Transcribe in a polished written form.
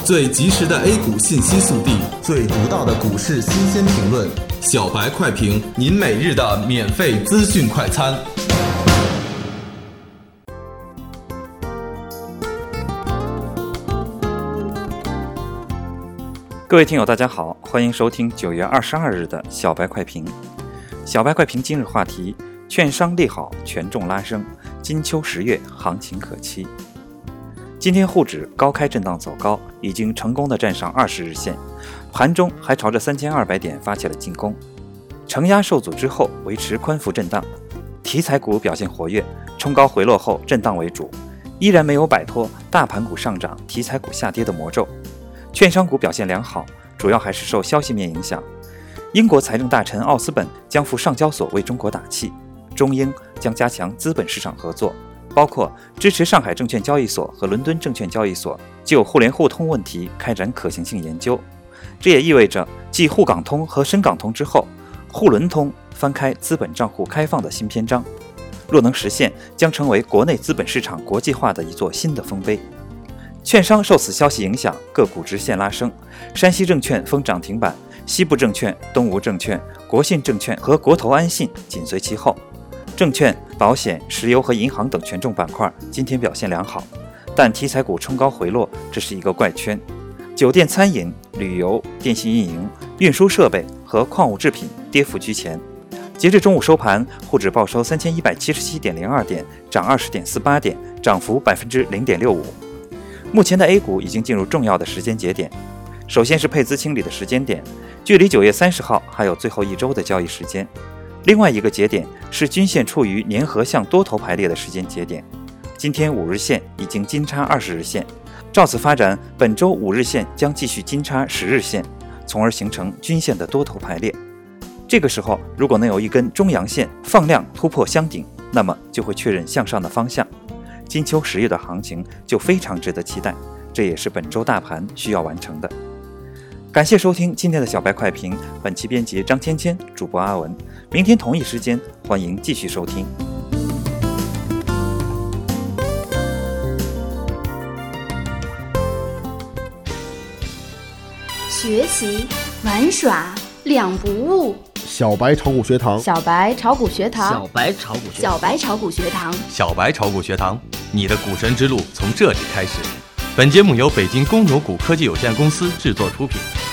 最及时的 A 股信息速递， 最独到的股市新鲜评论， 小白快评，您每日的免费资讯快餐。 各位听友大家好，欢迎收听9月22日的小白快评。小白快评今日话题：券商利好，权重拉升，金秋10月行情可期。今天沪指高开震荡走高，已经成功的站上20日线，盘中还朝着3200点发起了进攻，承压受阻之后维持宽幅震荡。题材股表现活跃，冲高回落后震荡为主，依然没有摆脱大盘股上涨、题材股下跌的魔咒。券商股表现良好，主要还是受消息面影响。英国财政大臣奥斯本将赴上交所为中国打气，中英将加强资本市场合作，包括支持上海证券交易所和伦敦证券交易所就互联互通问题开展可行性研究。这也意味着继沪港通和深港通之后，沪伦通翻开资本账户开放的新篇章。若能实现，将成为国内资本市场国际化的一座新的丰碑。券商受此消息影响，个股直线拉升。山西证券封涨停板，西部证券、东吴证券、国信证券和国投安信紧随其后。证券、保险、石油和银行等权重板块今天表现良好，但题材股冲高回落，这是一个怪圈。酒店、餐饮、旅游、电信运营、运输设备和矿物制品跌幅居前。截至中午收盘，沪指报收3177.02点，涨20.48点，涨幅0.65%。目前的 A 股已经进入重要的时间节点，首先是配资清理的时间点，距离9月30号还有最后一周的交易时间。另外一个节点是均线处于粘合向多头排列的时间节点，今天5日线已经金叉20日线，照此发展，本周5日线将继续金叉10日线，从而形成均线的多头排列。这个时候如果能有一根中阳线放量突破箱顶，那么就会确认向上的方向，金秋10月的行情就非常值得期待，这也是本周大盘需要完成的。感谢收听今天的小白快评，本期编辑张芊芊，主播阿文。明天同一时间，欢迎继续收听。 学习玩耍两不误。 小白炒股学堂， 小白炒股学堂， 小白炒股学堂， 小白炒股学堂， 小白炒股学堂，你的股神之路从这里开始。本节目由北京公牛股科技有限公司制作出品。